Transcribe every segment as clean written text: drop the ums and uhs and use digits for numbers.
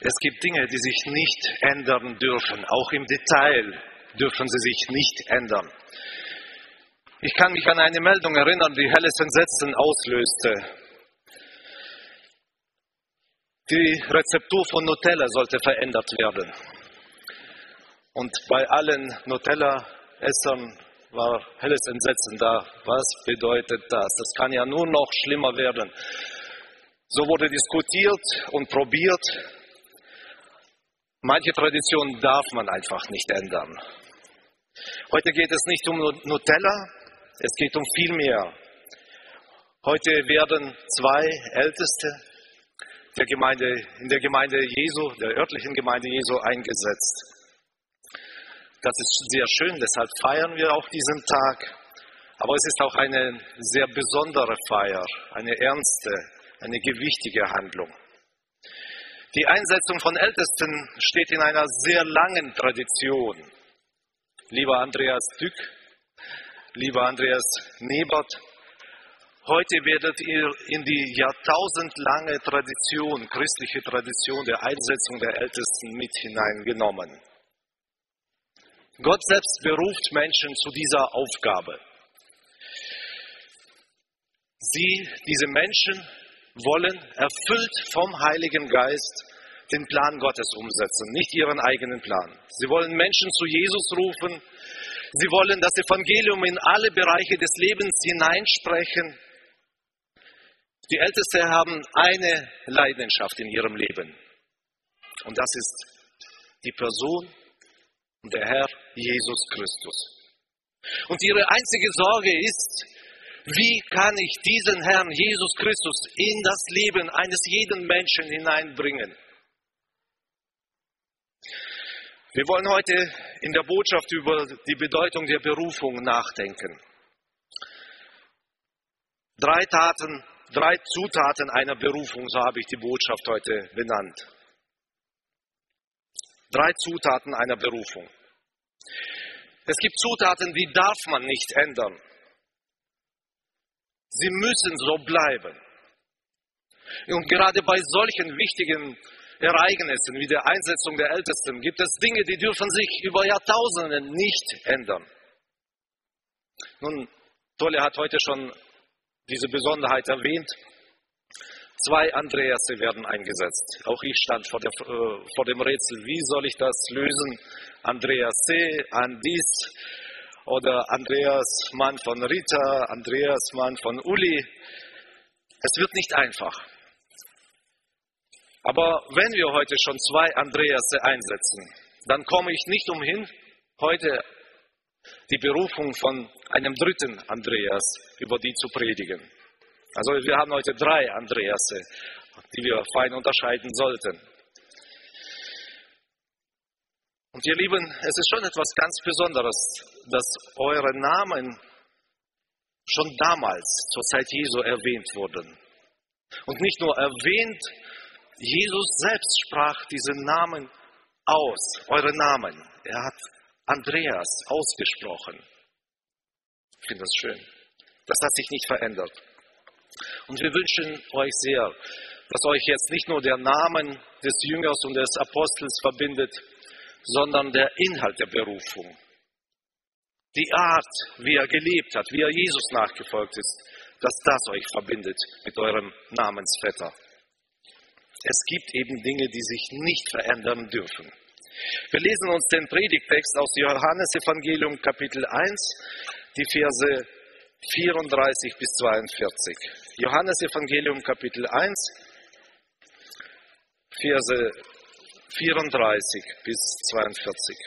Es gibt Dinge, die sich nicht ändern dürfen. Auch im Detail dürfen sie sich nicht ändern. Ich kann mich an eine Meldung erinnern, die helles Entsetzen auslöste. Die Rezeptur von Nutella sollte verändert werden. Und bei allen Nutella-Essern war helles Entsetzen da. Was bedeutet das? Das kann ja nur noch schlimmer werden. So wurde diskutiert und probiert. Manche Traditionen darf man einfach nicht ändern. Heute geht es nicht um Nutella, es geht um viel mehr. Heute werden 2 Älteste in der Gemeinde Jesu, der örtlichen Gemeinde Jesu, eingesetzt. Das ist sehr schön, deshalb feiern wir auch diesen Tag. Aber es ist auch eine sehr besondere Feier, eine ernste, eine gewichtige Handlung. Die Einsetzung von Ältesten steht in einer sehr langen Tradition. Lieber Andreas Dück, lieber Andreas Nebert, heute werdet ihr in die jahrtausendlange Tradition, christliche Tradition der Einsetzung der Ältesten mit hineingenommen. Gott selbst beruft Menschen zu dieser Aufgabe. Diese Menschen wollen, erfüllt vom Heiligen Geist, den Plan Gottes umsetzen, nicht ihren eigenen Plan. Sie wollen Menschen zu Jesus rufen. Sie wollen das Evangelium in alle Bereiche des Lebens hineinsprechen. Die Ältesten haben eine Leidenschaft in ihrem Leben. Und das ist die Person und der Herr Jesus Christus. Und ihre einzige Sorge ist, wie kann ich diesen Herrn Jesus Christus in das Leben eines jeden Menschen hineinbringen? Wir wollen heute in der Botschaft über die Bedeutung der Berufung nachdenken. 3 Zutaten einer Berufung, so habe ich die Botschaft heute benannt. 3 Zutaten einer Berufung. Es gibt Zutaten, die darf man nicht ändern. Sie müssen so bleiben. Und gerade bei solchen wichtigen Ereignissen wie der Einsetzung der Ältesten gibt es Dinge, die dürfen sich über Jahrtausende nicht ändern. Nun, Tolle hat heute schon diese Besonderheit erwähnt. 2 Andreasse werden eingesetzt. Auch ich stand vor dem Rätsel, wie soll ich das lösen? Andreas C., Andis oder Andreas Mann von Rita, Andreas Mann von Uli. Es wird nicht einfach. Aber wenn wir heute schon 2 Andreasse einsetzen, dann komme ich nicht umhin, heute die Berufung von einem 3. Andreas über die zu predigen. Also wir haben heute 3 Andreasse, die wir fein unterscheiden sollten. Und ihr Lieben, es ist schon etwas ganz Besonderes, dass eure Namen schon damals zur Zeit Jesu erwähnt wurden. Und nicht nur erwähnt, Jesus selbst sprach diesen Namen aus, eure Namen. Er hat Andreas ausgesprochen. Ich finde das schön. Das hat sich nicht verändert. Und wir wünschen euch sehr, dass euch jetzt nicht nur der Name des Jüngers und des Apostels verbindet, sondern der Inhalt der Berufung. Die Art, wie er gelebt hat, wie er Jesus nachgefolgt ist, dass das euch verbindet mit eurem Namensvetter. Es gibt eben Dinge, die sich nicht verändern dürfen. Wir lesen uns den Predigttext aus Johannesevangelium Kapitel 1, die Verse 34 bis 42. Johannesevangelium Kapitel 1, Verse 34 bis 42.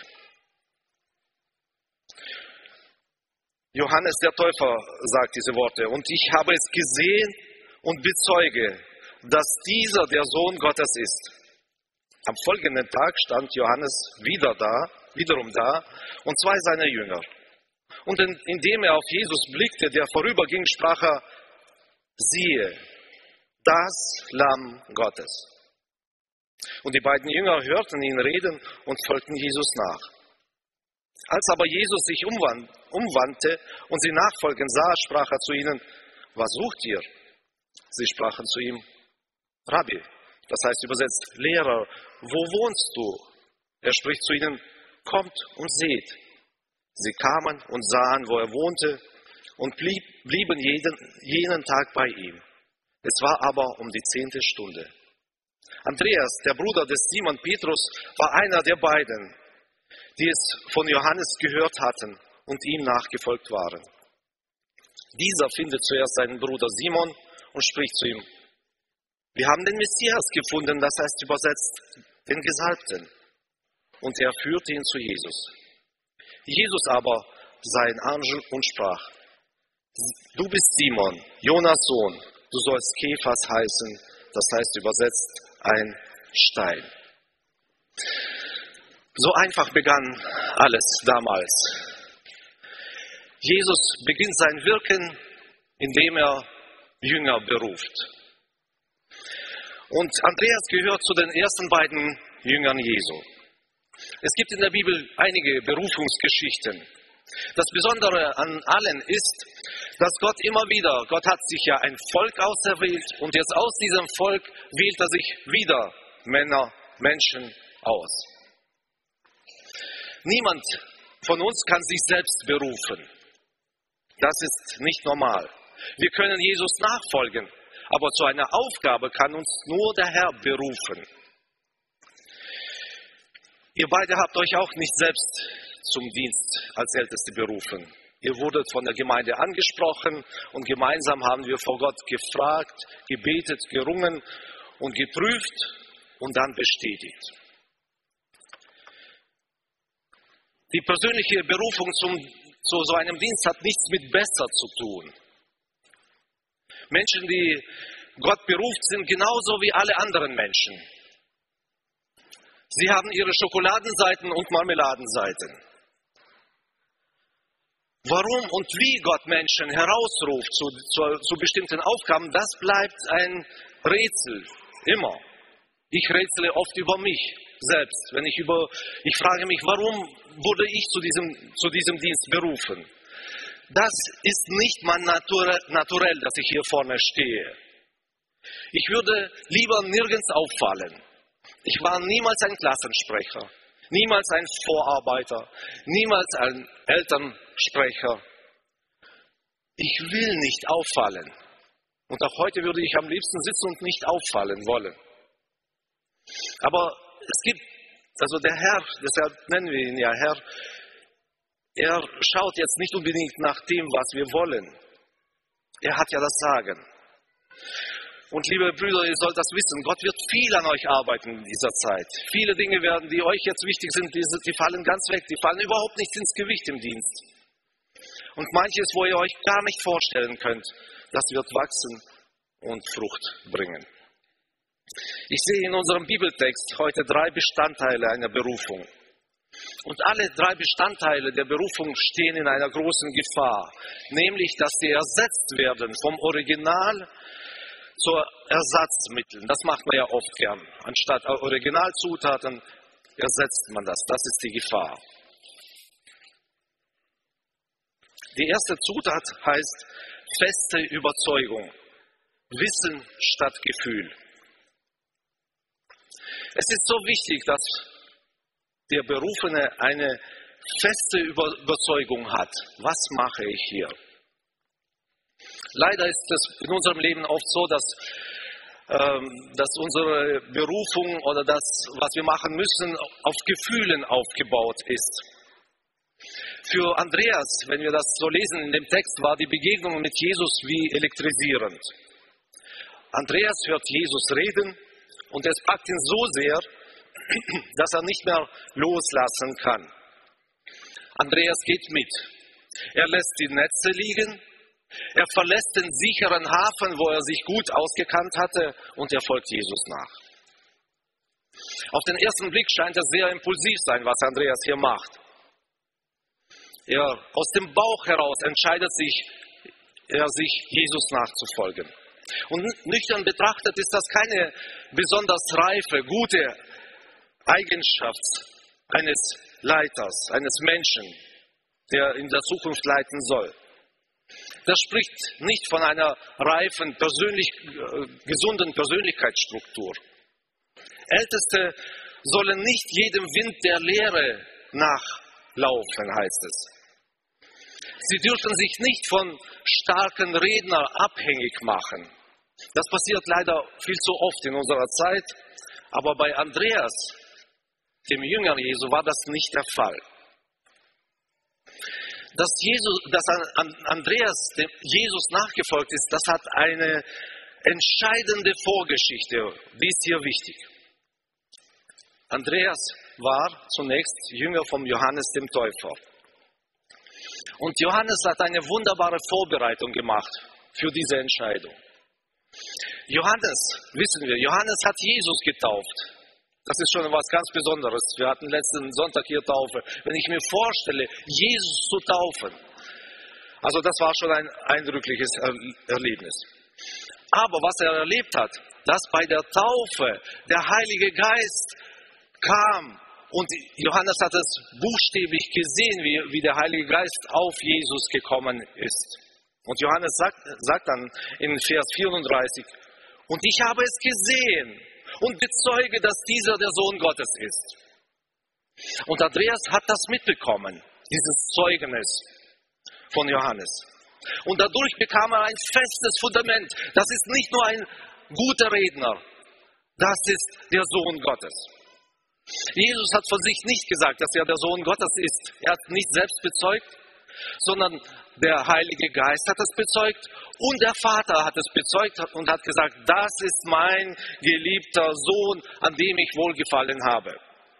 Johannes der Täufer sagt diese Worte: Und ich habe es gesehen und bezeuge, dass dieser der Sohn Gottes ist. Am folgenden Tag stand Johannes wiederum da und 2 seiner Jünger. Und indem er auf Jesus blickte, der vorüberging, sprach er: Siehe, das Lamm Gottes. Und die beiden Jünger hörten ihn reden und folgten Jesus nach. Als aber Jesus sich umwandte und sie nachfolgen sah, sprach er zu ihnen: Was sucht ihr? Sie sprachen zu ihm: Rabbi, Das heißt übersetzt, Lehrer, wo wohnst du? Er spricht zu ihnen, kommt und seht. Sie kamen und sahen, wo er wohnte, und blieben jenen Tag bei ihm. Es war aber um die 10. Stunde. Andreas, der Bruder des Simon Petrus, war einer der beiden, die es von Johannes gehört hatten und ihm nachgefolgt waren. Dieser findet zuerst seinen Bruder Simon und spricht zu ihm, wir haben den Messias gefunden, das heißt übersetzt, den Gesalbten. Und er führte ihn zu Jesus. Jesus aber sah ihn an und sprach, du bist Simon, Jonas Sohn, du sollst Kephas heißen, das heißt übersetzt ein Stein. So einfach begann alles damals. Jesus beginnt sein Wirken, indem er Jünger beruft. Und Andreas gehört zu den ersten beiden Jüngern Jesu. Es gibt in der Bibel einige Berufungsgeschichten. Das Besondere an allen ist, dass Gott hat sich ja ein Volk auserwählt und jetzt aus diesem Volk wählt er sich wieder Menschen aus. Niemand von uns kann sich selbst berufen. Das ist nicht normal. Wir können Jesus nachfolgen, aber zu einer Aufgabe kann uns nur der Herr berufen. Ihr beide habt euch auch nicht selbst zum Dienst als Älteste berufen. Ihr wurdet von der Gemeinde angesprochen und gemeinsam haben wir vor Gott gefragt, gebetet, gerungen und geprüft und dann bestätigt. Die persönliche Berufung zu so einem Dienst hat nichts mit besser zu tun. Menschen, die Gott beruft, sind genauso wie alle anderen Menschen. Sie haben ihre Schokoladenseiten und Marmeladenseiten. Warum und wie Gott Menschen herausruft zu bestimmten Aufgaben, das bleibt ein Rätsel, immer. Ich rätsele oft über mich selbst, ich frage mich, warum wurde ich zu diesem Dienst berufen? Das ist nicht mein Naturell, dass ich hier vorne stehe. Ich würde lieber nirgends auffallen. Ich war niemals ein Klassensprecher, niemals ein Vorarbeiter, niemals ein Elternsprecher. Ich will nicht auffallen. Und auch heute würde ich am liebsten sitzen und nicht auffallen wollen. Aber es gibt, der Herr, deshalb nennen wir ihn ja Herr, er schaut jetzt nicht unbedingt nach dem, was wir wollen. Er hat ja das Sagen. Und liebe Brüder, ihr sollt das wissen, Gott wird viel an euch arbeiten in dieser Zeit. Viele Dinge die euch jetzt wichtig sind, die fallen ganz weg, die fallen überhaupt nicht ins Gewicht im Dienst. Und manches, wo ihr euch gar nicht vorstellen könnt, das wird wachsen und Frucht bringen. Ich sehe in unserem Bibeltext heute 3 Bestandteile einer Berufung. Und alle 3 Bestandteile der Berufung stehen in einer großen Gefahr, nämlich, dass sie ersetzt werden vom Original zu Ersatzmitteln. Das macht man ja oft gern. Anstatt Originalzutaten ersetzt man das. Das ist die Gefahr. Die erste Zutat heißt feste Überzeugung. Wissen statt Gefühl. Es ist so wichtig, dass der Berufene eine feste Überzeugung hat. Was mache ich hier? Leider ist es in unserem Leben oft so, dass unsere Berufung oder das, was wir machen müssen, auf Gefühlen aufgebaut ist. Für Andreas, wenn wir das so lesen in dem Text, war die Begegnung mit Jesus wie elektrisierend. Andreas hört Jesus reden und es packt ihn so sehr, dass er nicht mehr loslassen kann. Andreas geht mit. Er lässt die Netze liegen. Er verlässt den sicheren Hafen, wo er sich gut ausgekannt hatte, und er folgt Jesus nach. Auf den ersten Blick scheint es sehr impulsiv sein, was Andreas hier macht. Aus dem Bauch heraus entscheidet er sich, Jesus nachzufolgen. Und nüchtern betrachtet ist das keine besonders reife, gute Eigenschaft eines Leiters, eines Menschen, der in der Zukunft leiten soll. Das spricht nicht von einer reifen, gesunden Persönlichkeitsstruktur. Älteste sollen nicht jedem Wind der Lehre nachlaufen, heißt es. Sie dürfen sich nicht von starken Rednern abhängig machen. Das passiert leider viel zu oft in unserer Zeit, aber bei Andreas, dem Jünger Jesu, war das nicht der Fall. Dass Andreas dem Jesus nachgefolgt ist, das hat eine entscheidende Vorgeschichte, die ist hier wichtig. Andreas war zunächst Jünger vom Johannes dem Täufer. Und Johannes hat eine wunderbare Vorbereitung gemacht für diese Entscheidung. Johannes, wissen wir, Johannes hat Jesus getauft. Das ist schon etwas ganz Besonderes. Wir hatten letzten Sonntag hier Taufe. Wenn ich mir vorstelle, Jesus zu taufen, also das war schon ein eindrückliches Erlebnis. Aber was er erlebt hat, dass bei der Taufe der Heilige Geist kam und Johannes hat es buchstäblich gesehen, wie der Heilige Geist auf Jesus gekommen ist. Und Johannes sagt dann in Vers 34, und ich habe es gesehen und bezeuge, dass dieser der Sohn Gottes ist. Und Andreas hat das mitbekommen, dieses Zeugnis von Johannes. Und dadurch bekam er ein festes Fundament. Das ist nicht nur ein guter Redner, das ist der Sohn Gottes. Jesus hat von sich nicht gesagt, dass er der Sohn Gottes ist. Er hat nicht selbst bezeugt, sondern der Heilige Geist hat es bezeugt und der Vater hat es bezeugt und hat gesagt, das ist mein geliebter Sohn, an dem ich wohlgefallen habe.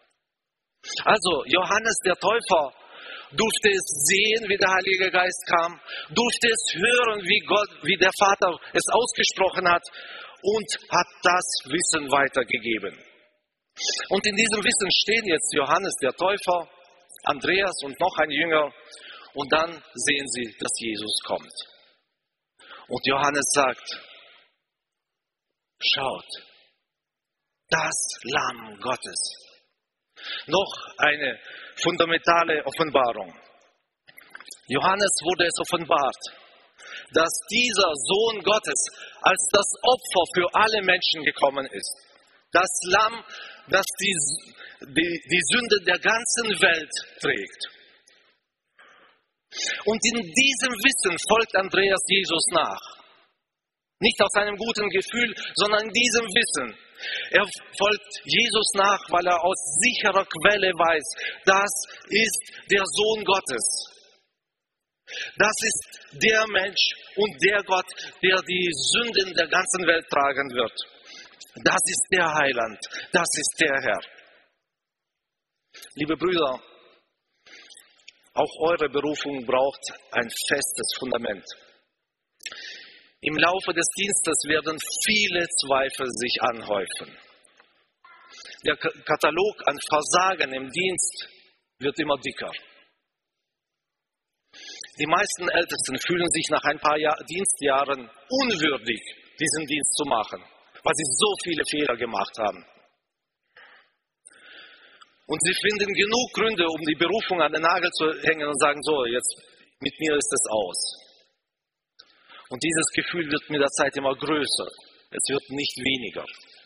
Also Johannes der Täufer durfte es sehen, wie der Heilige Geist kam, durfte es hören, wie der Vater es ausgesprochen hat und hat das Wissen weitergegeben. Und in diesem Wissen stehen jetzt Johannes der Täufer, Andreas und noch ein Jünger. Und dann sehen sie, dass Jesus kommt. Und Johannes sagt, schaut, das Lamm Gottes. Noch eine fundamentale Offenbarung. Johannes wurde es offenbart, dass dieser Sohn Gottes als das Opfer für alle Menschen gekommen ist. Das Lamm, das die Sünde der ganzen Welt trägt. Und in diesem Wissen folgt Andreas Jesus nach. Nicht aus einem guten Gefühl, sondern in diesem Wissen. Er folgt Jesus nach, weil er aus sicherer Quelle weiß, das ist der Sohn Gottes. Das ist der Mensch und der Gott, der die Sünden der ganzen Welt tragen wird. Das ist der Heiland, das ist der Herr. Liebe Brüder, auch eure Berufung braucht ein festes Fundament. Im Laufe des Dienstes werden viele Zweifel sich anhäufen. Der Katalog an Versagen im Dienst wird immer dicker. Die meisten Ältesten fühlen sich nach ein paar Dienstjahren unwürdig, diesen Dienst zu machen, weil sie so viele Fehler gemacht haben. Und sie finden genug Gründe, um die Berufung an den Nagel zu hängen und sagen, so, jetzt mit mir ist es aus. Und dieses Gefühl wird mit der Zeit immer größer. Es wird nicht weniger.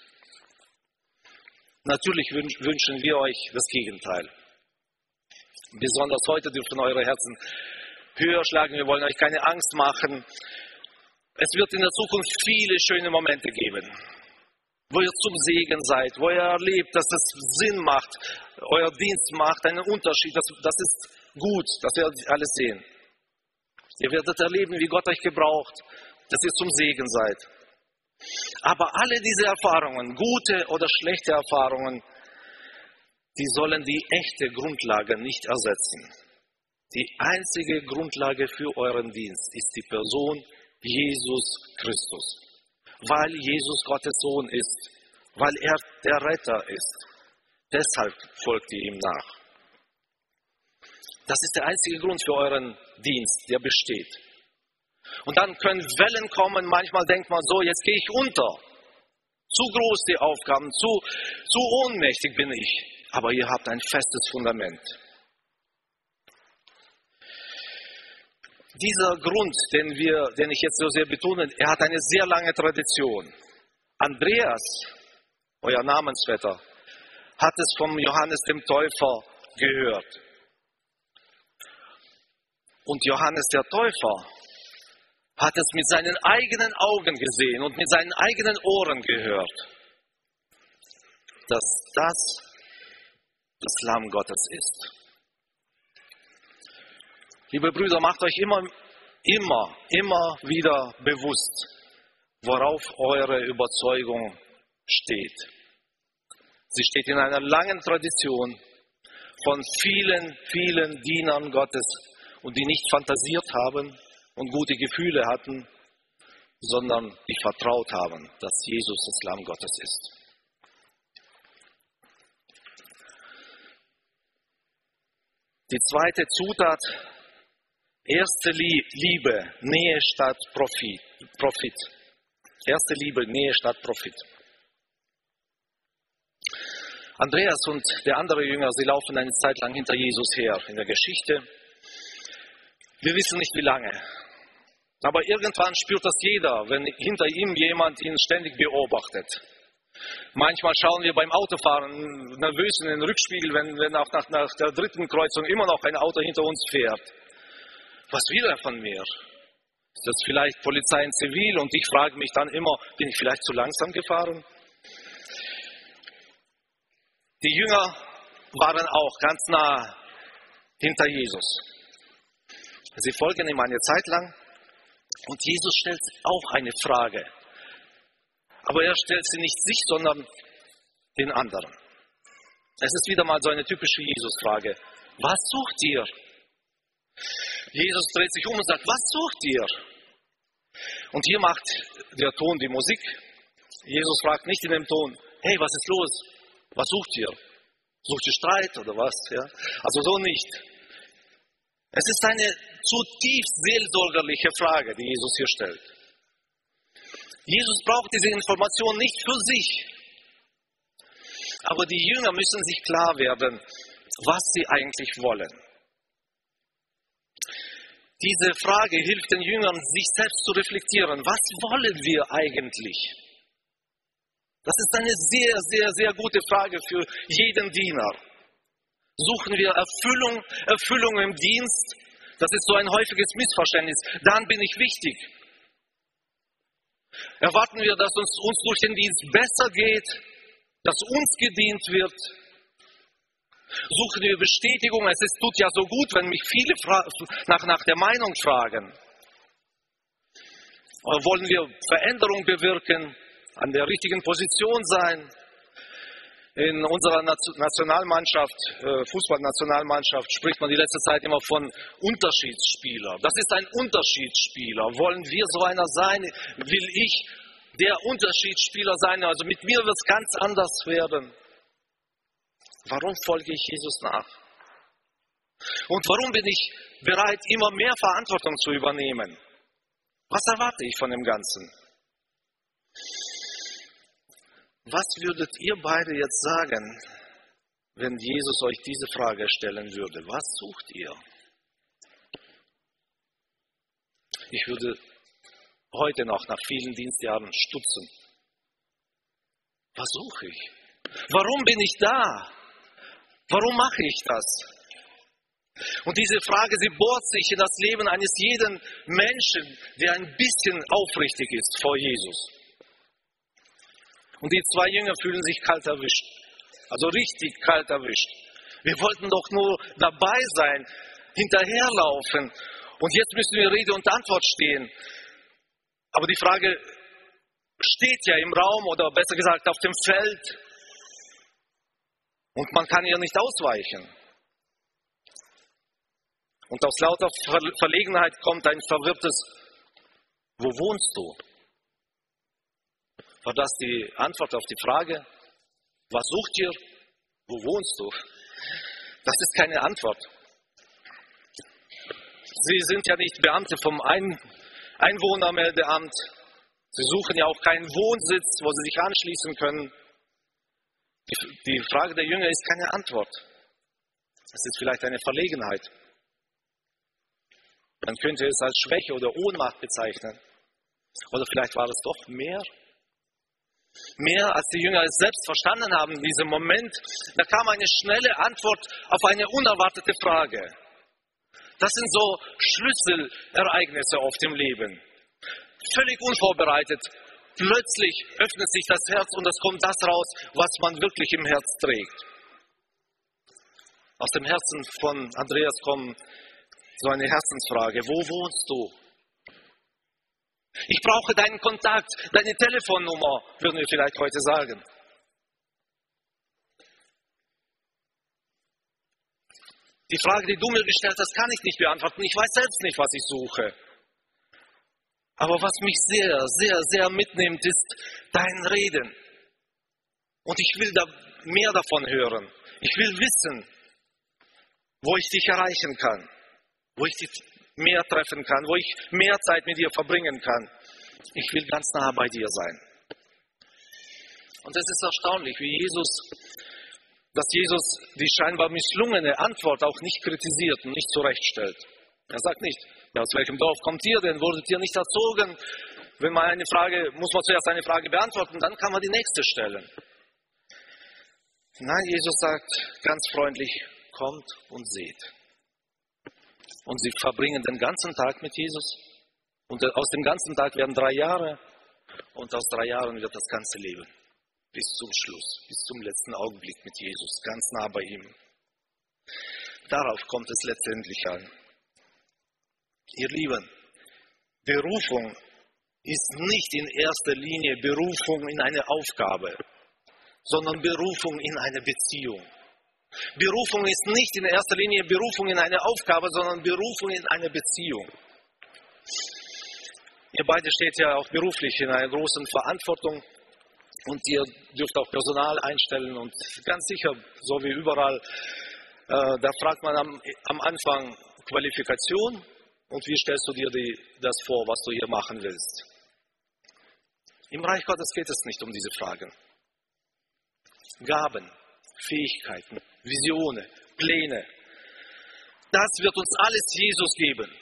Natürlich wünschen wir euch das Gegenteil. Besonders heute dürfen eure Herzen höher schlagen. Wir wollen euch keine Angst machen. Es wird in der Zukunft viele schöne Momente geben, wo ihr zum Segen seid, wo ihr erlebt, dass es Sinn macht, euer Dienst macht einen Unterschied. Das ist gut, dass wir alles sehen. Ihr werdet erleben, wie Gott euch gebraucht, dass ihr zum Segen seid. Aber alle diese Erfahrungen, gute oder schlechte Erfahrungen, die sollen die echte Grundlage nicht ersetzen. Die einzige Grundlage für euren Dienst ist die Person Jesus Christus. Weil Jesus Gottes Sohn ist, weil er der Retter ist. Deshalb folgt ihr ihm nach. Das ist der einzige Grund für euren Dienst, der besteht. Und dann können Wellen kommen, manchmal denkt man so, jetzt gehe ich unter. Zu groß die Aufgaben, zu ohnmächtig bin ich. Aber ihr habt ein festes Fundament. Dieser Grund, den ich jetzt so sehr betone, er hat eine sehr lange Tradition. Andreas euer Namensvetter, hat es vom Johannes dem Täufer gehört. Und Johannes der Täufer hat es mit seinen eigenen Augen gesehen und mit seinen eigenen Ohren gehört, dass das Lamm Gottes ist. Liebe Brüder, macht euch immer wieder bewusst, worauf eure Überzeugung steht. Sie steht in einer langen Tradition von vielen, vielen Dienern Gottes und die nicht fantasiert haben und gute Gefühle hatten, sondern die vertraut haben, dass Jesus das Lamm Gottes ist. Die zweite Zutat, erste Liebe, Nähe statt Profit. Erste Liebe, Nähe statt Profit. Andreas und der andere Jünger, sie laufen eine Zeit lang hinter Jesus her in der Geschichte. Wir wissen nicht wie lange. Aber irgendwann spürt das jeder, wenn hinter ihm jemand ihn ständig beobachtet. Manchmal schauen wir beim Autofahren nervös in den Rückspiegel, wenn auch nach der dritten Kreuzung immer noch ein Auto hinter uns fährt. Was will er von mir? Ist das vielleicht Polizei in Zivil? Und ich frage mich dann immer, bin ich vielleicht zu langsam gefahren? Die Jünger waren auch ganz nah hinter Jesus. Sie folgen ihm eine Zeit lang und Jesus stellt auch eine Frage. Aber er stellt sie nicht sich, sondern den anderen. Es ist wieder mal so eine typische Jesus-Frage. Was sucht ihr? Jesus dreht sich um und sagt, was sucht ihr? Und hier macht der Ton die Musik. Jesus fragt nicht in dem Ton, hey, was ist los? Was sucht ihr? Sucht ihr Streit oder was? Ja? Also so nicht. Es ist eine zutiefst seelsorgerliche Frage, die Jesus hier stellt. Jesus braucht diese Information nicht für sich. Aber die Jünger müssen sich klar werden, was sie eigentlich wollen. Diese Frage hilft den Jüngern, sich selbst zu reflektieren. Was wollen wir eigentlich? Das ist eine sehr, sehr, sehr gute Frage für jeden Diener. Suchen wir Erfüllung im Dienst? Das ist so ein häufiges Missverständnis. Dann bin ich wichtig. Erwarten wir, dass uns durch den Dienst besser geht, dass uns gedient wird? Suchen wir Bestätigung? Es tut ja so gut, wenn mich viele nach der Meinung fragen. Oder wollen wir Veränderung bewirken, an der richtigen Position sein? In unserer Nationalmannschaft, Fußballnationalmannschaft, spricht man die letzte Zeit immer von Unterschiedsspieler. Das ist ein Unterschiedsspieler. Wollen wir so einer sein? Will ich der Unterschiedsspieler sein? Also mit mir wird es ganz anders werden. Warum folge ich Jesus nach? Und warum bin ich bereit, immer mehr Verantwortung zu übernehmen? Was erwarte ich von dem Ganzen? Was würdet ihr beide jetzt sagen, wenn Jesus euch diese Frage stellen würde? Was sucht ihr? Ich würde heute noch nach vielen Dienstjahren stutzen. Was suche ich? Warum bin ich da? Warum mache ich das? Und diese Frage, sie bohrt sich in das Leben eines jeden Menschen, der ein bisschen aufrichtig ist vor Jesus. Und die zwei Jünger fühlen sich kalt erwischt. Also richtig kalt erwischt. Wir wollten doch nur dabei sein, hinterherlaufen. Und jetzt müssen wir Rede und Antwort stehen. Aber die Frage steht ja im Raum oder besser gesagt auf dem Feld. Und man kann ihr nicht ausweichen. Und aus lauter Verlegenheit kommt ein verwirrtes, wo wohnst du? War das die Antwort auf die Frage, was sucht ihr? Wo wohnst du? Das ist keine Antwort. Sie sind ja nicht Beamte vom Einwohnermeldeamt. Sie suchen ja auch keinen Wohnsitz, wo sie sich anschließen können. Die Frage der Jünger ist keine Antwort. Es ist vielleicht eine Verlegenheit. Man könnte es als Schwäche oder Ohnmacht bezeichnen. Oder vielleicht war es doch mehr. Mehr als die Jünger es selbst verstanden haben in diesem Moment, da kam eine schnelle Antwort auf eine unerwartete Frage. Das sind so Schlüsselereignisse auf dem Leben. Völlig unvorbereitet. Plötzlich öffnet sich das Herz und es kommt das raus, was man wirklich im Herz trägt. Aus dem Herzen von Andreas kommt so eine Herzensfrage. Wo wohnst du? Ich brauche deinen Kontakt, deine Telefonnummer, würden wir vielleicht heute sagen. Die Frage, die du mir gestellt hast, kann ich nicht beantworten. Ich weiß selbst nicht, was ich suche. Aber was mich sehr, sehr, sehr mitnimmt, ist dein Reden. Und ich will da mehr davon hören. Ich will wissen, wo ich dich erreichen kann, wo ich dich mehr treffen kann, wo ich mehr Zeit mit dir verbringen kann. Ich will ganz nah bei dir sein. Und es ist erstaunlich, dass Jesus die scheinbar misslungene Antwort auch nicht kritisiert und nicht zurechtstellt. Er sagt nicht, ja, aus welchem Dorf kommt ihr denn? Wurdet ihr nicht erzogen? Wenn man muss man zuerst eine Frage beantworten, dann kann man die nächste stellen. Nein, Jesus sagt ganz freundlich, kommt und seht. Und sie verbringen den ganzen Tag mit Jesus. Und aus dem ganzen Tag werden 3 Jahre. Und aus 3 Jahren wird das ganze Leben. Bis zum Schluss, bis zum letzten Augenblick mit Jesus, ganz nah bei ihm. Darauf kommt es letztendlich an. Ihr Lieben, Berufung ist nicht in erster Linie Berufung in eine Aufgabe, sondern Berufung in eine Beziehung. Berufung ist nicht in erster Linie Berufung in eine Aufgabe, sondern Berufung in eine Beziehung. Ihr beide steht ja auch beruflich in einer großen Verantwortung und ihr dürft auch Personal einstellen und ganz sicher, so wie überall, da fragt man am Anfang Qualifikation und wie stellst du dir das vor, was du hier machen willst. Im Reich Gottes geht es nicht um diese Fragen. Gaben, Fähigkeiten, Visionen, Pläne. Das wird uns alles Jesus geben.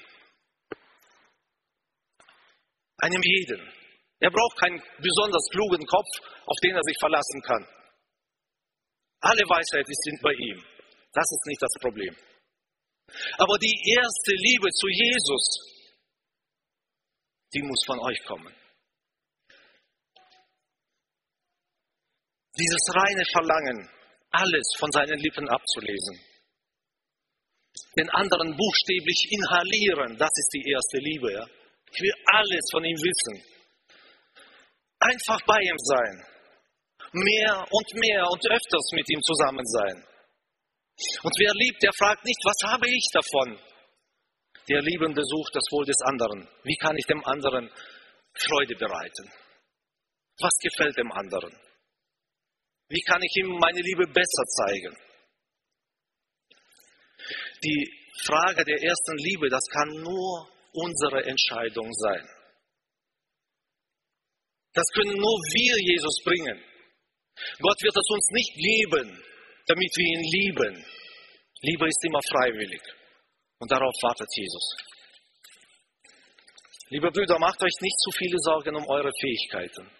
Einem jeden. Er braucht keinen besonders klugen Kopf, auf den er sich verlassen kann. Alle Weisheit ist bei ihm. Das ist nicht das Problem. Aber die erste Liebe zu Jesus, die muss von euch kommen. Dieses reine Verlangen, alles von seinen Lippen abzulesen. Den anderen buchstäblich inhalieren, das ist die erste Liebe. Ja? Ich will alles von ihm wissen. Einfach bei ihm sein. Mehr und öfters mit ihm zusammen sein. Und wer liebt, der fragt nicht, was habe ich davon? Der Liebende sucht das Wohl des anderen. Wie kann ich dem anderen Freude bereiten? Was gefällt dem anderen? Wie kann ich ihm meine Liebe besser zeigen? Die Frage der ersten Liebe, das kann nur unsere Entscheidung sein. Das können nur wir Jesus bringen. Gott wird es uns nicht geben, damit wir ihn lieben. Liebe ist immer freiwillig. Und darauf wartet Jesus. Liebe Brüder, macht euch nicht zu viele Sorgen um eure Fähigkeiten.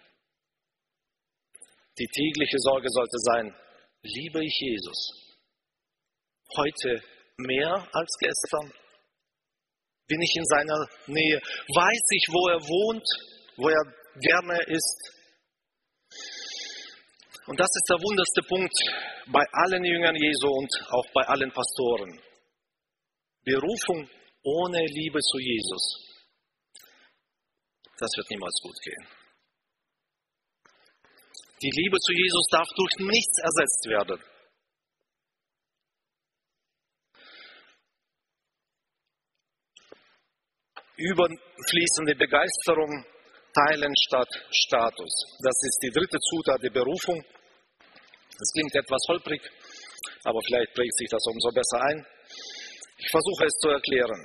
Die tägliche Sorge sollte sein, liebe ich Jesus? Heute mehr als gestern? Bin ich in seiner Nähe? Weiß ich, wo er wohnt, wo er gerne ist? Und das ist der wunderste Punkt bei allen Jüngern Jesu und auch bei allen Pastoren. Berufung ohne Liebe zu Jesus, das wird niemals gut gehen. Die Liebe zu Jesus darf durch nichts ersetzt werden. Überfließende Begeisterung teilen statt Status. Das ist die dritte Zutat der Berufung. Das klingt etwas holprig, aber vielleicht prägt sich das umso besser ein. Ich versuche es zu erklären.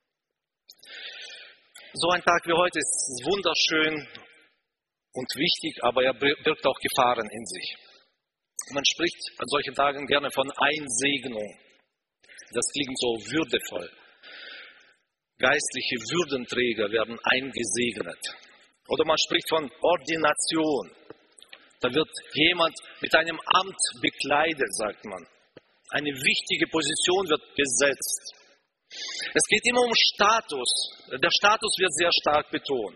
So ein Tag wie heute ist wunderschön und wichtig, aber er birgt auch Gefahren in sich. Man spricht an solchen Tagen gerne von Einsegnung. Das klingt so würdevoll. Geistliche Würdenträger werden eingesegnet. Oder man spricht von Ordination. Da wird jemand mit einem Amt bekleidet, sagt man. Eine wichtige Position wird besetzt. Es geht immer um Status. Der Status wird sehr stark betont.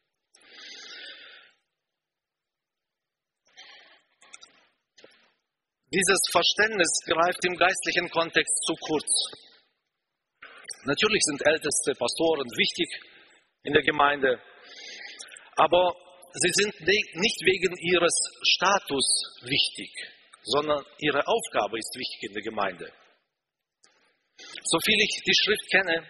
Dieses Verständnis greift im geistlichen Kontext zu kurz. Natürlich sind älteste Pastoren wichtig in der Gemeinde, aber sie sind nicht wegen ihres Status wichtig, sondern ihre Aufgabe ist wichtig in der Gemeinde. Soviel ich die Schrift kenne,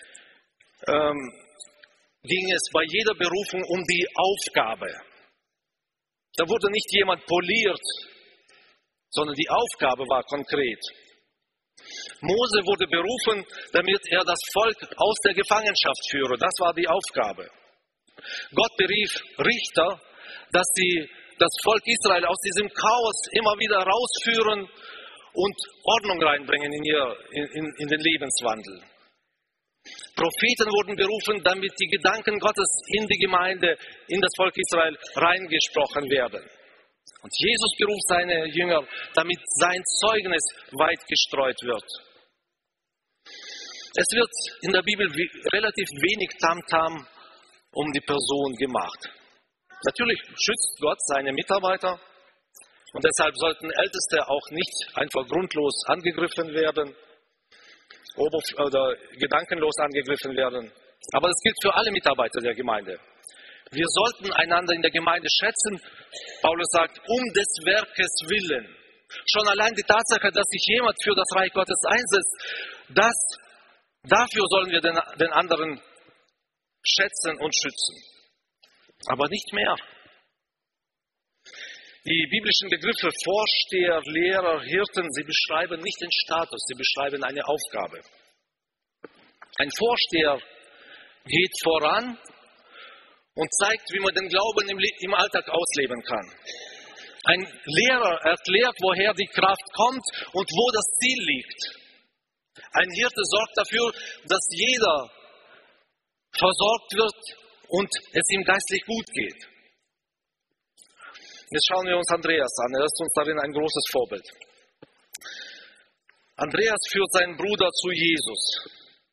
ging es bei jeder Berufung um die Aufgabe. Da wurde nicht jemand poliert, sondern die Aufgabe war konkret. Mose wurde berufen, damit er das Volk aus der Gefangenschaft führe. Das war die Aufgabe. Gott berief Richter, dass sie das Volk Israel aus diesem Chaos immer wieder rausführen und Ordnung reinbringen in den Lebenswandel. Propheten wurden berufen, damit die Gedanken Gottes in die Gemeinde, in das Volk Israel reingesprochen werden. Und Jesus beruft seine Jünger, damit sein Zeugnis weit gestreut wird. Es wird in der Bibel relativ wenig Tamtam um die Person gemacht. Natürlich schützt Gott seine Mitarbeiter und deshalb sollten Älteste auch nicht einfach grundlos angegriffen werden oder gedankenlos angegriffen werden. Aber das gilt für alle Mitarbeiter der Gemeinde. Wir sollten einander in der Gemeinde schätzen. Paulus sagt, um des Werkes willen. Schon allein die Tatsache, dass sich jemand für das Reich Gottes einsetzt, dafür sollen wir den anderen schätzen und schützen. Aber nicht mehr. Die biblischen Begriffe Vorsteher, Lehrer, Hirten, sie beschreiben nicht den Status, sie beschreiben eine Aufgabe. Ein Vorsteher geht voran und zeigt, wie man den Glauben im Alltag ausleben kann. Ein Lehrer erklärt, woher die Kraft kommt und wo das Ziel liegt. Ein Hirte sorgt dafür, dass jeder versorgt wird und es ihm geistlich gut geht. Jetzt schauen wir uns Andreas an. Er ist uns darin ein großes Vorbild. Andreas führt seinen Bruder zu Jesus.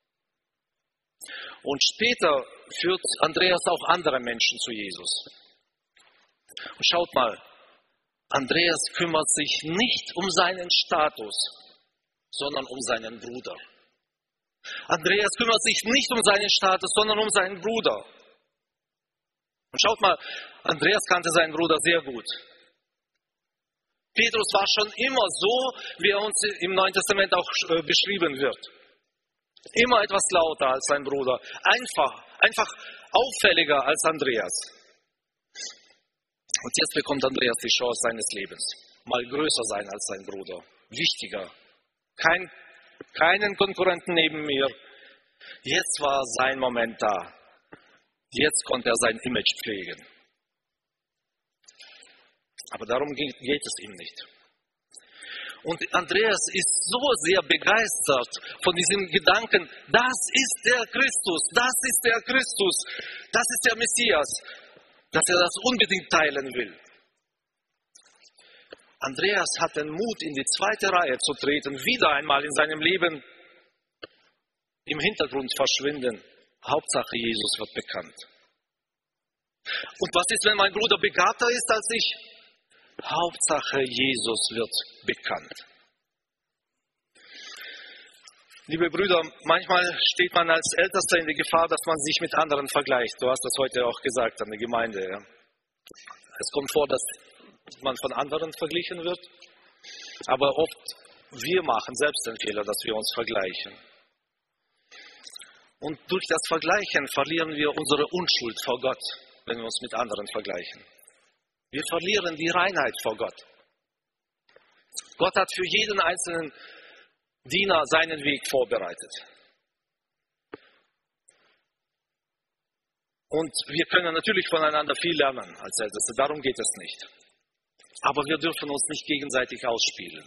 Und später führt Andreas auch andere Menschen zu Jesus. Und schaut mal, Andreas kümmert sich nicht um seinen Status, sondern um seinen Bruder. Andreas kümmert sich nicht um seinen Status, sondern um seinen Bruder. Und schaut mal, Andreas kannte seinen Bruder sehr gut. Petrus war schon immer so, wie er uns im Neuen Testament auch beschrieben wird. Immer etwas lauter als sein Bruder. Einfach auffälliger als Andreas. Und jetzt bekommt Andreas die Chance seines Lebens. Mal größer sein als sein Bruder. Wichtiger. Keinen Konkurrenten neben mir. Jetzt war sein Moment da. Jetzt konnte er sein Image pflegen. Aber darum geht es ihm nicht. Und Andreas ist so sehr begeistert von diesem Gedanken, das ist der Christus, das ist der Christus, das ist der Messias, dass er das unbedingt teilen will. Andreas hat den Mut, in die zweite Reihe zu treten, wieder einmal in seinem Leben im Hintergrund verschwinden. Hauptsache, Jesus wird bekannt. Und was ist, wenn mein Bruder begabter ist als ich? Hauptsache, Jesus wird bekannt. Liebe Brüder, manchmal steht man als Ältester in der Gefahr, dass man sich mit anderen vergleicht. Du hast das heute auch gesagt an der Gemeinde. Ja. Es kommt vor, dass man von anderen verglichen wird, aber oft wir machen selbst den Fehler, dass wir uns vergleichen. Und durch das Vergleichen verlieren wir unsere Unschuld vor Gott, wenn wir uns mit anderen vergleichen. Wir verlieren die Reinheit vor Gott. Gott hat für jeden einzelnen Diener seinen Weg vorbereitet. Und wir können natürlich voneinander viel lernen als Älteste, darum geht es nicht. Aber wir dürfen uns nicht gegenseitig ausspielen.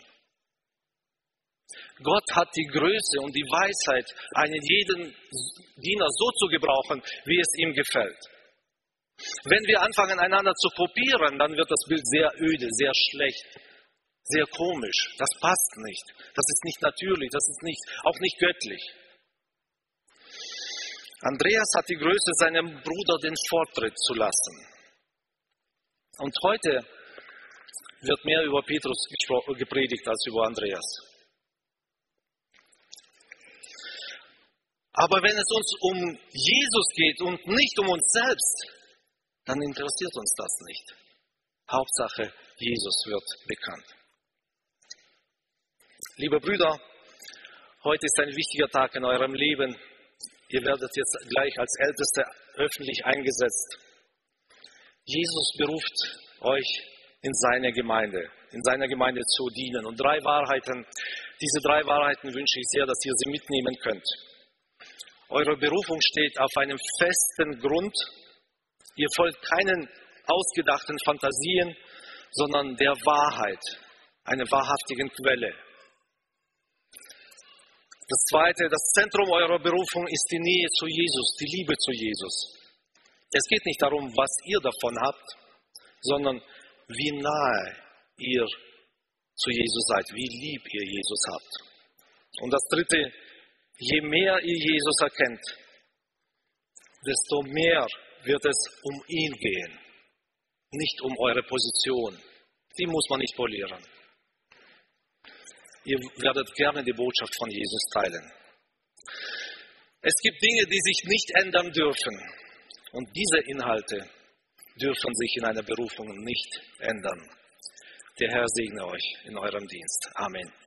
Gott hat die Größe und die Weisheit, einen jeden Diener so zu gebrauchen, wie es ihm gefällt. Wenn wir anfangen, einander zu kopieren, dann wird das Bild sehr öde, sehr schlecht, sehr komisch. Das passt nicht. Das ist nicht natürlich, das ist auch nicht göttlich. Andreas hat die Größe, seinem Bruder den Vortritt zu lassen. Und heute wird mehr über Petrus gepredigt als über Andreas. Aber wenn es uns um Jesus geht und nicht um uns selbst, dann interessiert uns das nicht. Hauptsache, Jesus wird bekannt. Liebe Brüder, heute ist ein wichtiger Tag in eurem Leben. Ihr werdet jetzt gleich als Älteste öffentlich eingesetzt. Jesus beruft euch in seine Gemeinde zu dienen. Und diese 3 Wahrheiten wünsche ich sehr, dass ihr sie mitnehmen könnt. Eure Berufung steht auf einem festen Grund. Ihr folgt keinen ausgedachten Fantasien, sondern der Wahrheit, einer wahrhaftigen Quelle. Das Zweite, das Zentrum eurer Berufung ist die Nähe zu Jesus, die Liebe zu Jesus. Es geht nicht darum, was ihr davon habt, sondern wie nahe ihr zu Jesus seid, wie lieb ihr Jesus habt. Und das Dritte, je mehr ihr Jesus erkennt, desto mehr wird es um ihn gehen, nicht um eure Position. Die muss man nicht polieren. Ihr werdet gerne die Botschaft von Jesus teilen. Es gibt Dinge, die sich nicht ändern dürfen. Und diese Inhalte dürfen sich in einer Berufung nicht ändern. Der Herr segne euch in eurem Dienst. Amen.